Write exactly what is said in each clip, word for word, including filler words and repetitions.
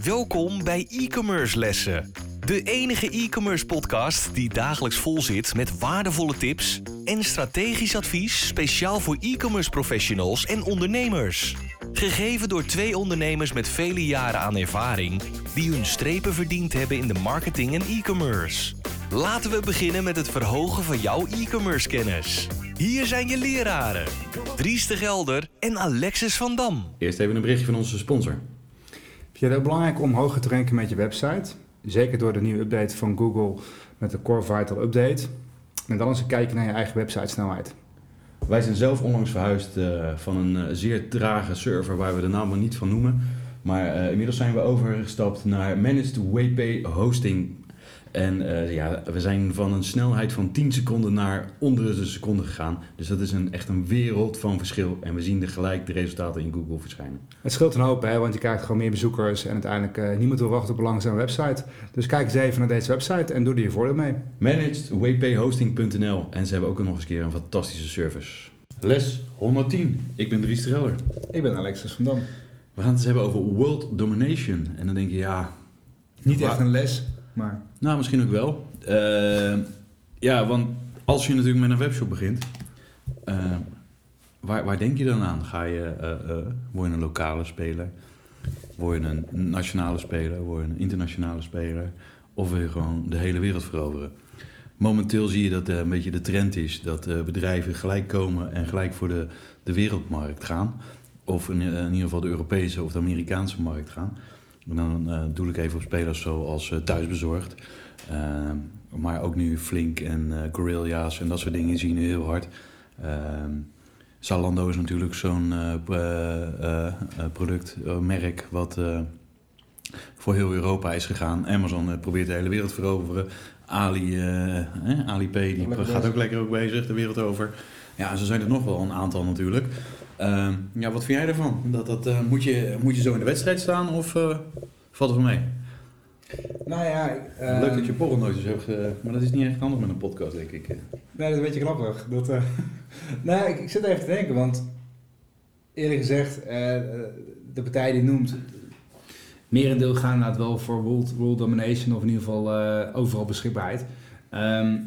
Welkom bij e-commerce lessen. De enige e-commerce podcast die dagelijks vol zit met waardevolle tips en strategisch advies speciaal voor e-commerce professionals en ondernemers. Gegeven door twee ondernemers met vele jaren aan ervaring die hun strepen verdiend hebben in de marketing en e-commerce. Laten we beginnen met het verhogen van jouw e-commerce kennis. Hier zijn je leraren, Dries de Gelder en Alexis van Dam. Eerst even een berichtje van onze sponsor. Vind je het ook belangrijk om hoger te ranken met je website? Zeker door de nieuwe update van Google met de Core Vital Update. En dan eens een kijkje naar je eigen websitesnelheid. Wij zijn zelf onlangs verhuisd uh, van een uh, zeer trage server waar we de naam maar niet van noemen. Maar uh, inmiddels zijn we overgestapt naar Managed W P Hosting. En uh, ja, we zijn van een snelheid van tien seconden naar onder de seconde gegaan. Dus dat is een, echt een wereld van verschil. En we zien er gelijk de resultaten in Google verschijnen. Het scheelt een hoop, hè, want je krijgt gewoon meer bezoekers en uiteindelijk uh, niemand wil wachten op een langzame website. Dus kijk eens even naar deze website en doe er je voordeel mee. Managed W P Hosting punt n l. En ze hebben ook nog eens een keer een fantastische service. Les honderdtien. Ik ben Dries de Gelder. Ik ben Alexis van Dam. We gaan het eens hebben over World Domination. En dan denk je, ja... Niet waar... echt een les, maar... Nou, misschien ook wel. Uh, ja, want als je natuurlijk met een webshop begint, uh, waar, waar denk je dan aan? Ga je, uh, uh, word je een lokale speler? Word je een nationale speler? Word je een internationale speler? Of wil je gewoon de hele wereld veroveren? Momenteel zie je dat uh, een beetje de trend is dat uh, bedrijven gelijk komen en gelijk voor de, de wereldmarkt gaan. Of in, uh, in ieder geval de Europese of de Amerikaanse markt gaan. En dan uh, doe ik even op spelers zoals uh, Thuisbezorgd. Uh, maar ook nu Flink en uh, Gorilla's en dat soort dingen zien we heel hard. Uh, Zalando is natuurlijk zo'n uh, uh, uh, product, uh, merk wat uh, voor heel Europa is gegaan. Amazon uh, probeert de hele wereld te veroveren. Ali, uh, eh, Alipay die gaat bezig. Ook lekker ook bezig de wereld over. Ja, zo zijn er nog wel een aantal natuurlijk. Uh, ja, wat vind jij ervan? Dat, dat, uh, moet, je, moet je zo in de wedstrijd staan of uh, valt er van mee? Nou ja... Uh, Leuk dat je borrelnootjes hebt, uh, maar dat is niet echt handig met een podcast, denk ik. Nee, dat is een beetje grappig. Dat, uh, nou, ik, ik zit even te denken, want eerlijk gezegd, uh, de partij die noemt, merendeel gaan inderdaad wel voor world, world domination of in ieder geval uh, overal beschikbaarheid. Um,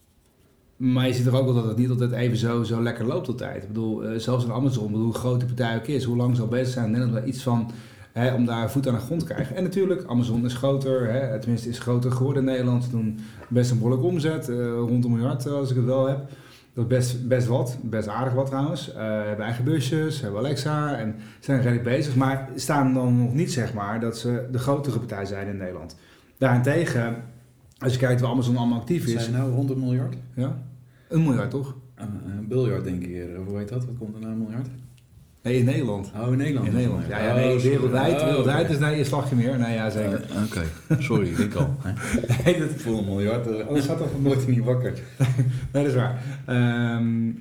Maar je ziet er ook wel dat het niet altijd even zo, zo lekker loopt altijd. Ik bedoel, uh, zelfs in Amazon, ik bedoel, hoe groot die partij ook is, hoe lang ze al bezig zijn, ik denk dat we iets van, hè, om daar voet aan de grond te krijgen. En natuurlijk, Amazon is groter, hè, tenminste is groter geworden in Nederland. Ze doen best een behoorlijke omzet, uh, rond een miljard als ik het wel heb. Dat is best, best wat, best aardig wat trouwens. Uh, we hebben eigen busjes, hebben Alexa en zijn redelijk bezig. Maar staan dan nog niet, zeg maar, dat ze de grotere partij zijn in Nederland. Daarentegen, als je kijkt waar Amazon allemaal actief is. Zijn nou rond een miljard? Ja. Een miljard, toch? Uh, een biljard, denk ik eerder. Hoe heet dat? Wat komt er na een miljard? Nee, in Nederland. Oh, in Nederland. In Nederland. Ja, ja, nee, wereldwijd. Oh, wereldwijd okay. is nee, een slagje meer. Nee, ja, zeker. Uh, Oké, okay. Sorry, ik al. Nee, dat... Voor een miljard, uh, anders gaat dat wordt hij niet wakker. Nee, dat is waar. Um,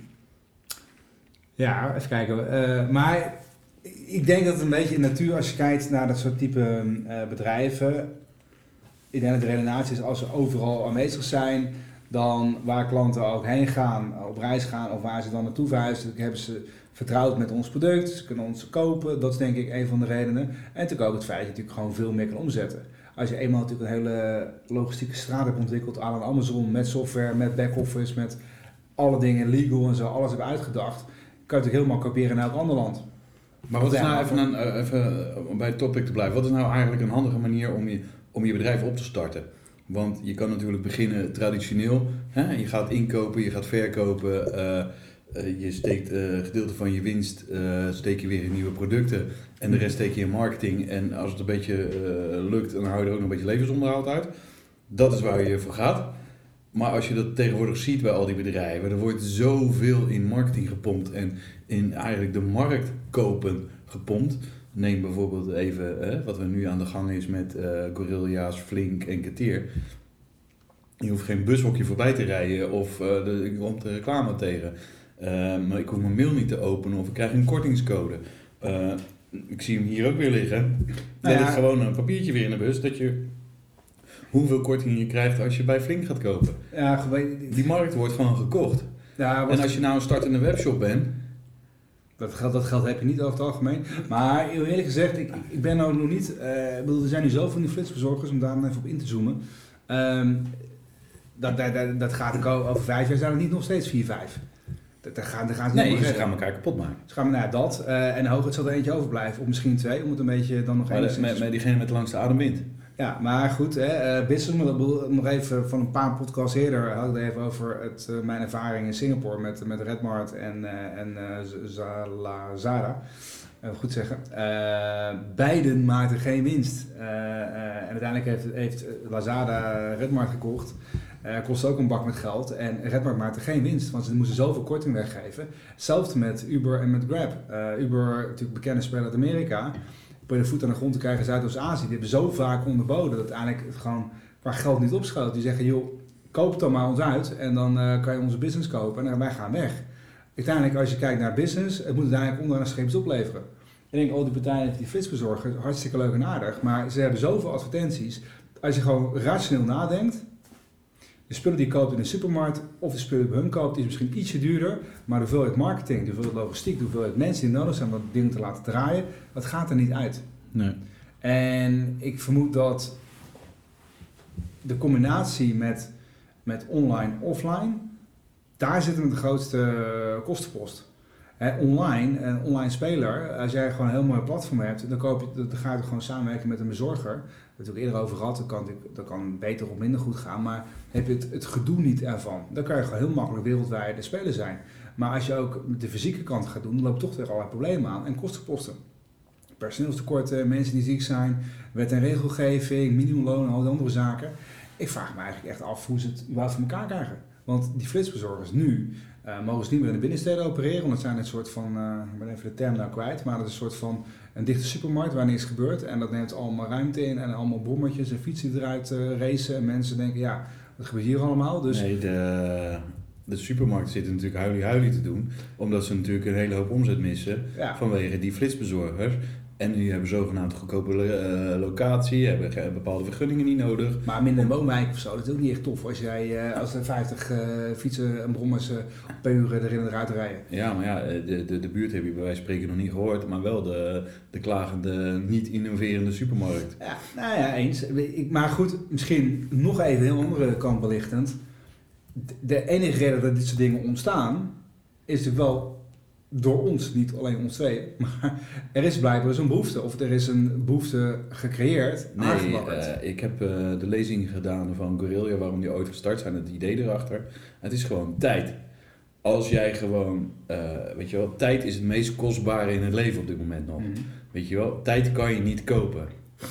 ja, even kijken. Uh, maar ik denk dat het een beetje in natuur, als je kijkt naar dat soort type uh, bedrijven, ik denk dat de redenatie is als ze overal aanwezig zijn, dan waar klanten ook heen gaan, op reis gaan of waar ze dan naartoe verhuizen, hebben ze vertrouwd met ons product, ze kunnen ons kopen, dat is denk ik een van de redenen. En natuurlijk ook het feit dat je natuurlijk gewoon veel meer kan omzetten. Als je eenmaal natuurlijk een hele logistieke straat hebt ontwikkeld aan Amazon, met software, met back-office, met alle dingen legal en zo, alles hebben uitgedacht, kan je natuurlijk helemaal kopiëren in elk ander land. Maar wat is nou, even, een, uh, even om bij het topic te blijven, wat is nou eigenlijk een handige manier om je, om je bedrijf op te starten? Want je kan natuurlijk beginnen traditioneel. Hè? Je gaat inkopen, je gaat verkopen. Uh, uh, je steekt een uh, gedeelte van je winst uh, steek je weer in nieuwe producten. En de rest steek je in marketing. En als het een beetje uh, lukt, dan hou je er ook nog een beetje levensonderhoud uit. Dat is waar je voor gaat. Maar als je dat tegenwoordig ziet bij al die bedrijven, er wordt zoveel in marketing gepompt en in eigenlijk de markt kopen gepompt. Neem bijvoorbeeld even eh, wat er nu aan de gang is met uh, Gorilla's, Flink en Getir. Je hoeft geen bushokje voorbij te rijden of uh, de, ik komt de reclame tegen. Uh, maar ik hoef mijn mail niet te openen of ik krijg een kortingscode. Uh, ik zie hem hier ook weer liggen. Nou, er ligt gewoon een papiertje weer in de bus dat je hoeveel korting je krijgt als je bij Flink gaat kopen. Ja, die markt wordt gewoon gekocht. Ja, en als je nou een startende webshop bent, Dat geld, dat geld heb je niet over het algemeen. Maar heel eerlijk gezegd, ik, ik ben nou nog niet... Uh, ik bedoel, er zijn nu zoveel van die flitsbezorgers, om daar even op in te zoomen. Um, dat, dat, dat, dat gaat over vijf jaar, zijn het niet nog steeds vier, vijf. Daar gaan, daar gaan ze nee, ze gaan elkaar kapot maken. Ze gaan nou, dat. Uh, en hooguit zal er eentje overblijven, of misschien twee, om het een beetje dan nog even... Met, met diegene met de langste adem wint. Ja, maar goed, hè, uh, business, nog even van een paar podcasts eerder had ik het even over het, uh, mijn ervaring in Singapore met, met Redmart en, uh, en uh, Lazada. Uh, goed zeggen. Uh, beiden maakten geen winst. Uh, uh, en uiteindelijk heeft, heeft Lazada Redmart gekocht. Uh, kost ook een bak met geld. En Redmart maakte geen winst, want ze moesten zoveel korting weggeven. Hetzelfde met Uber en met Grab. Uh, Uber, natuurlijk bekende speler uit Amerika. Bij de voet aan de grond te krijgen Zuidoost-Azië. Die hebben zo vaak onderboden dat uiteindelijk het gewoon qua geld niet opschoot. Die zeggen, joh, koop het dan maar ons uit en dan uh, kan je onze business kopen en wij gaan weg. Uiteindelijk, als je kijkt naar business, het moet uiteindelijk onderaan de scheeps opleveren. Ik denk, oh, de partijen die flitsbezorgers, hartstikke leuk en aardig, maar ze hebben zoveel advertenties. Als je gewoon rationeel nadenkt, de spullen die je koopt in de supermarkt of de spullen die je bij hun koopt, is misschien ietsje duurder, maar de hoeveelheid marketing, de hoeveelheid logistiek, de hoeveelheid mensen die nodig zijn om dat ding te laten draaien, dat gaat er niet uit. Nee. En ik vermoed dat de combinatie met, met online offline, daar zit hem de grootste kostenpost. He, online, een online speler, als jij gewoon een heel mooi platform hebt, dan, koop je, dan ga je gewoon samenwerken met een bezorger. Daar heb ik het ook eerder over gehad, dat kan, dat kan beter of minder goed gaan, maar heb je het, het gedoe niet ervan. Dan kan je gewoon heel makkelijk wereldwijd de speler zijn. Maar als je ook de fysieke kant gaat doen, dan loopt toch weer allerlei problemen aan en kostenposten. Personeelstekorten, mensen die ziek zijn, wet en regelgeving, minimumloon en al die andere zaken. Ik vraag me eigenlijk echt af hoe ze het überhaupt voor elkaar krijgen. Want die flitsbezorgers nu uh, mogen ze niet meer in de binnensteden opereren, want het zijn een soort van, uh, ik ben even de term nou kwijt, maar dat is een soort van een dichte supermarkt waar niks gebeurt. En dat neemt allemaal ruimte in en allemaal brommertjes en fietsen eruit uh, racen. En mensen denken, ja, wat gebeurt hier allemaal? Dus nee, de, de supermarkt zit natuurlijk huilie-huilie te doen, omdat ze natuurlijk een hele hoop omzet missen ja. vanwege die flitsbezorgers. En die hebben zogenaamd goedkope uh, locatie, hebben, hebben bepaalde vergunningen niet nodig. Maar minder een woonwijk of zo, dat is ook niet echt tof als jij uh, als er vijftig uh, fietsen en brommers uh, per uur erin en eruit rijden. Ja, maar ja, de, de, de buurt heb je bij wijze van spreken nog niet gehoord, maar wel de, de klagende, niet innoverende supermarkt. Ja, nou ja, eens. Maar goed, misschien nog even een heel andere kant belichtend. De enige reden dat dit soort dingen ontstaan, is natuurlijk wel door ons, niet alleen ons tweeën, maar er is blijkbaar zo'n behoefte. Of er is een behoefte gecreëerd, nee, uh, ik heb uh, de lezing gedaan van Gorilja, waarom die ooit gestart zijn, het idee erachter. Het is gewoon tijd. Als jij gewoon, uh, weet je wel, tijd is het meest kostbare in het leven op dit moment nog. Mm-hmm. Weet je wel, tijd kan je niet kopen.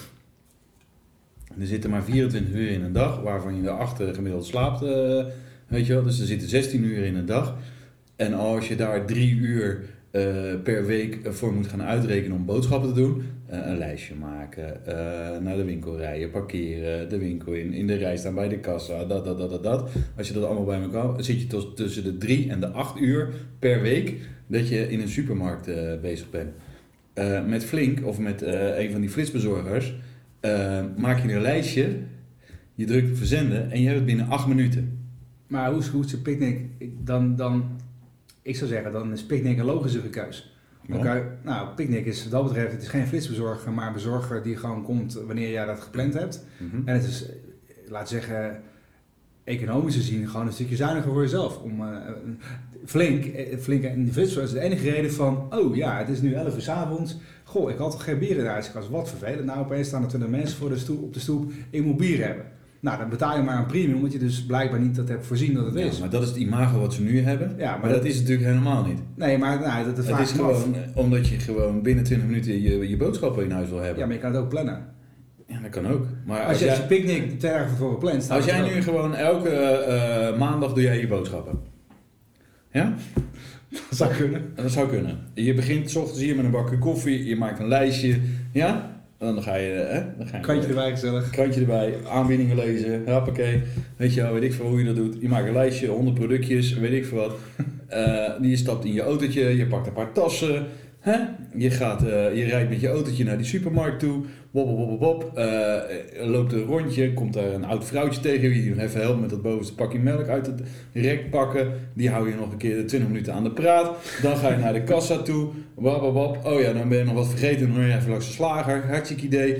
Er zitten maar vierentwintig uur in een dag, waarvan je de achter gemiddeld slaapt, uh, weet je wel. Dus er zitten zestien uur in een dag. En als je daar drie uur uh, per week voor moet gaan uitrekenen om boodschappen te doen, uh, een lijstje maken, uh, naar de winkel rijden, parkeren, de winkel in, in de rij staan bij de kassa, dat, dat, dat, dat, dat. Als je dat allemaal bij elkaar, zit je tos, tussen de drie en de acht uur per week dat je in een supermarkt uh, bezig bent. Uh, met Flink of met uh, een van die flitsbezorgers uh, maak je een lijstje, je drukt op verzenden en je hebt het binnen acht minuten. Maar hoe is je picknick dan... dan... Ik zou zeggen, dan is Picnic een logische keus. Dan kan je, nou, Picnic is wat dat betreft, het is geen flitsbezorger, maar een bezorger die gewoon komt wanneer jij dat gepland hebt. Mm-hmm. En het is, laat zeggen, economisch gezien gewoon een stukje zuiniger voor jezelf. Om, uh, flink, flink en die flitsbezorger is de enige reden van, oh ja, het is nu elf uur 's avonds. Goh, ik had toch geen bier in de ijskast. Wat vervelend. Nou, opeens staan er twintig mensen voor de stoep, op de stoep, ik moet bier hebben. Nou, dan betaal je maar een premium, omdat je dus blijkbaar niet dat hebt voorzien dat het ja, is. Maar dat is het imago wat ze nu hebben, ja, maar, maar dat, dat is het natuurlijk helemaal niet. Nee, maar nou, dat, dat het is gewoon af. Omdat je gewoon binnen twintig minuten je, je boodschappen in huis wil hebben. Ja, maar je kan het ook plannen. Ja, dat kan ook. Maar als, als je, jij, als je picknick twee dagen van tevoren plant... Als jij nu gewoon elke uh, maandag doe jij je boodschappen. Ja? Dat zou kunnen. Dat zou kunnen. Je begint 's ochtends hier met een bakje koffie, je maakt een lijstje, ja? En dan ga je... Hè, dan ga je krantje erbij gezellig. Krantje erbij, aanbiedingen lezen, hoppakee. Weet je wel, weet ik veel hoe je dat doet. Je maakt een lijstje, honderd productjes, weet ik veel wat. Uh, die je stapt in je autootje, je pakt een paar tassen. Hè? je, gaat, uh, je rijdt met je autootje naar die supermarkt toe. Bob, bob, bob, bob. Uh, loopt een rondje. Komt daar een oud vrouwtje tegen je. Die nog even helpt met dat bovenste pakje melk uit het rek pakken. Die hou je nog een keer twintig minuten aan de praat. Dan ga je naar de kassa toe. Bob, bob, bob. Oh ja, dan ben je nog wat vergeten. Dan hoor je even langs de slager. Hartstikke idee.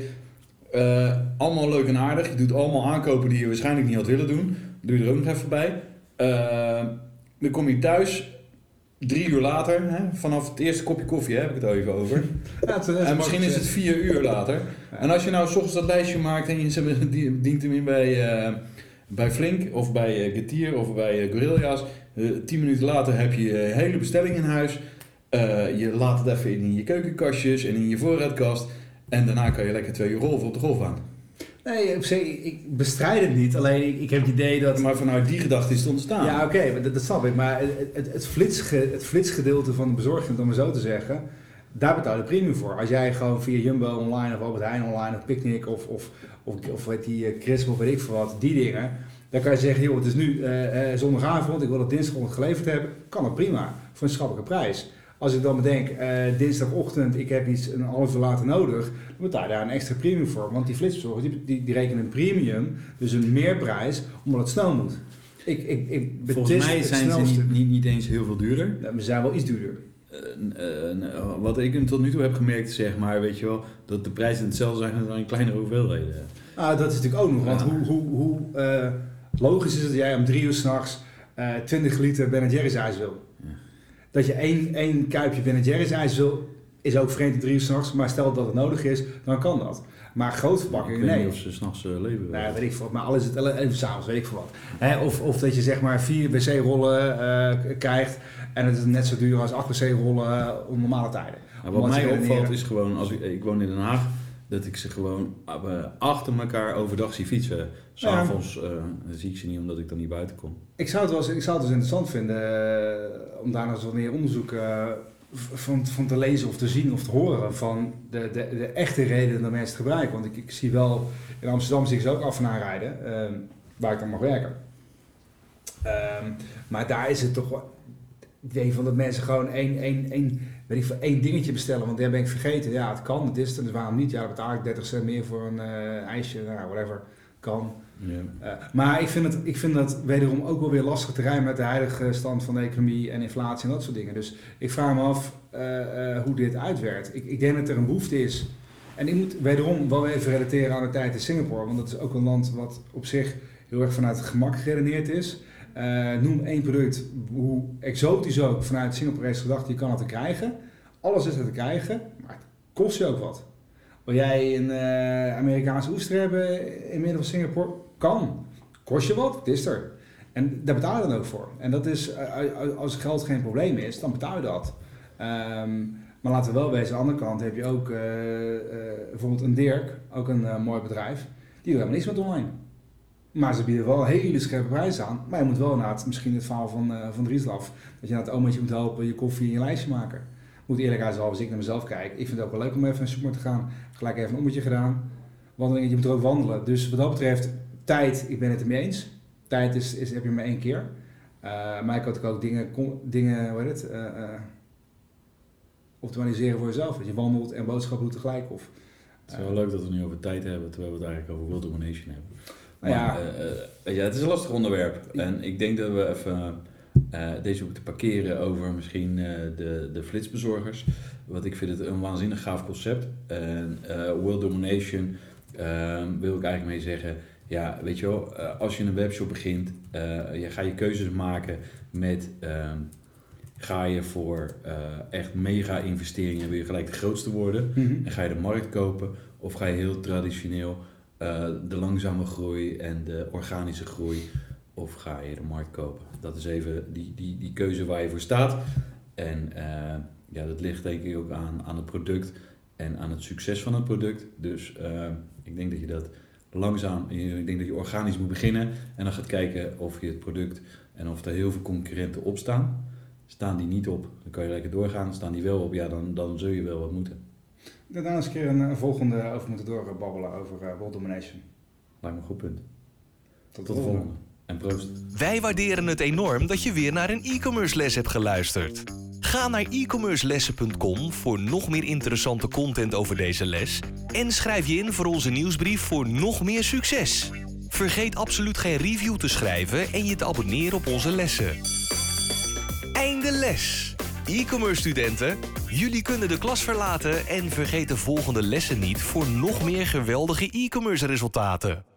Uh, allemaal leuk en aardig. Je doet allemaal aankopen die je waarschijnlijk niet had willen doen. Doe je er ook nog even bij. Uh, dan kom je thuis. Drie uur later, hè, vanaf het eerste kopje koffie hè, heb ik het al even over. Ja, het is en misschien is het vier uur later. Ja. En als je nou 's ochtends dat lijstje maakt en je dient hem in bij, uh, bij Flink of bij uh, Getir of bij uh, Gorilla's. Uh, tien minuten later heb je je hele bestelling in huis. Uh, je laat het even in je keukenkastjes en in je voorraadkast. En daarna kan je lekker twee uur rollen op de golfbaan. Nee, op zich, ik bestrijd het niet. Alleen ik, ik heb het idee dat... Maar vanuit die gedachte is het ontstaan. Ja, oké, okay, dat, dat snap ik. Maar het, het, het, flitsge, het flitsgedeelte van de bezorging, om het zo te zeggen, daar betaal je premium voor. Als jij gewoon via Jumbo online of Albert Heijn online of Picnic of, of, of, of weet die Crisp of weet ik veel wat, die dingen. Dan kan je zeggen, joh, het is nu uh, uh, zondagavond, ik wil het dinsdagochtend geleverd hebben. Kan dat prima, voor een schappelijke prijs. Als ik dan bedenk, uh, dinsdagochtend, ik heb iets een half uur later nodig, dan betaal je daar een extra premium voor. Want die flitsbezorgers, die, die, die rekenen een premium, dus een meerprijs, omdat het snel moet. Ik, ik, ik Volgens mij zijn ze niet, niet, niet eens heel veel duurder. Ja, ze zijn wel iets duurder. Uh, uh, wat ik tot nu toe heb gemerkt, zeg maar, weet je wel, dat de prijzen hetzelfde zijn dan in kleinere hoeveelheden. Ah, dat is natuurlijk ook nog, want ja. hoe, hoe, hoe uh, logisch is het dat jij om drie uur s'nachts uh, twintig liter Ben en Jerry's ijs wil. Ja. Dat je één, één kuipje Ben en Jerry's ijs wil, is ook vreemd om drie uur s'nachts, maar stel dat het nodig is, dan kan dat. Maar grote verpakkingen, nee. Of ze s'nachts uh, leven. Nee, weet ik veel. Maar alles het even s'avonds, weet ik veel wat. Hè, of, of dat je zeg maar vier wc-rollen uh, krijgt en het is net zo duur als acht wc-rollen uh, op normale tijden. Ja, wat mij opvalt is gewoon, als ik, ik woon in Den Haag, dat ik ze gewoon uh, achter elkaar overdag zie fietsen. S'avonds uh, zie ik ze niet omdat ik dan niet buiten kom. Ik zou het wel eens, ik zou het dus interessant vinden uh, om daar nog eens wat meer onderzoek uh, van, van te lezen of te zien of te horen van de, de, de echte redenen dat mensen het gebruiken. Want ik, ik zie wel, in Amsterdam zie ik ze ook af en aan rijden, uh, waar ik dan mag werken. Uh, maar daar is het toch wel, ik weet van dat mensen gewoon één, één, één, weet ik veel, één dingetje bestellen, want daar ben ik vergeten. Ja, het kan, het is het, dus waarom niet? Ja, dan betaal ik dertig cent meer voor een uh, ijsje, nou, whatever, kan. Ja. Uh, maar ik vind, het, ik vind dat wederom ook wel weer lastig te rijmen met de huidige stand van de economie en inflatie en dat soort dingen. Dus ik vraag me af uh, uh, hoe dit uitwerkt. Ik, ik denk dat er een behoefte is. En ik moet wederom wel even relateren aan de tijd in Singapore, want dat is ook een land wat op zich heel erg vanuit het gemak geredeneerd is. Uh, noem één product, hoe exotisch ook vanuit Singapore is gedacht, je kan het te krijgen. Alles is er te krijgen, maar het kost je ook wat. Wil jij een uh, Amerikaanse oester hebben in het midden van Singapore? Kan. Kost je wat? Het is er. En daar betaal je dan ook voor. En dat is, uh, als geld geen probleem is, dan betaal je dat. Um, maar laten we wel wezen, aan de andere kant heb je ook uh, uh, bijvoorbeeld een Dirk, ook een uh, mooi bedrijf, die doet helemaal niks met online. Maar ze bieden wel hele scherpe prijzen aan. Maar je moet wel naar het, misschien het verhaal van, uh, van Drieslaf, dat je naar het omaatje moet helpen je koffie in je lijstje maken. Ik moet eerlijkheidshalve, als ik naar mezelf kijk, ik vind het ook wel leuk om even naar de supermarkt te gaan. Gelijk even een ommetje gedaan. Wandeling, je moet er ook wandelen. Dus wat dat betreft, tijd, ik ben het ermee eens. Tijd is, is, heb je maar één keer. Uh, maar ik kan ook dingen, dingen hoe heet het, uh, uh, optimaliseren voor jezelf. Dat je wandelt en boodschappen doet tegelijk. Of, uh, het is wel leuk dat we het nu over tijd hebben, terwijl we het eigenlijk over World Domination hebben. Maar ja, uh, uh, ja, het is een lastig onderwerp. En ik denk dat we even uh, deze moeten parkeren over misschien uh, de, de flitsbezorgers. Want ik vind het een waanzinnig gaaf concept. En uh, World Domination uh, wil ik eigenlijk mee zeggen. Ja, weet je wel, uh, als je een webshop begint, uh, je ga je keuzes maken met, uh, ga je voor uh, echt mega investeringen, wil je gelijk de grootste worden, mm-hmm. en ga je de markt kopen, of ga je heel traditioneel uh, de langzame groei en de organische groei, of ga je de markt kopen. Dat is even die, die, die keuze waar je voor staat. En uh, ja, dat ligt denk ik ook aan, aan het product en aan het succes van het product. Dus uh, ik denk dat je dat langzaam, ik denk dat je organisch moet beginnen en dan gaat kijken of je het product en of er heel veel concurrenten op staan. Staan die niet op, dan kan je lekker doorgaan. Staan die wel op, ja, dan, dan zul je wel wat moeten. Daarna eens een keer een, een volgende over moeten doorbabbelen over uh, World Domination. Lijkt me een goed punt. Tot, Tot de volgende. volgende. En proost. Wij waarderen het enorm dat je weer naar een e-commerce les hebt geluisterd. Ga naar e commerce lessen punt com voor nog meer interessante content over deze les. En schrijf je in voor onze nieuwsbrief voor nog meer succes. Vergeet absoluut geen review te schrijven en je te abonneren op onze lessen. Einde les! E-commerce studenten, jullie kunnen de klas verlaten en vergeet de volgende lessen niet voor nog meer geweldige e-commerce resultaten.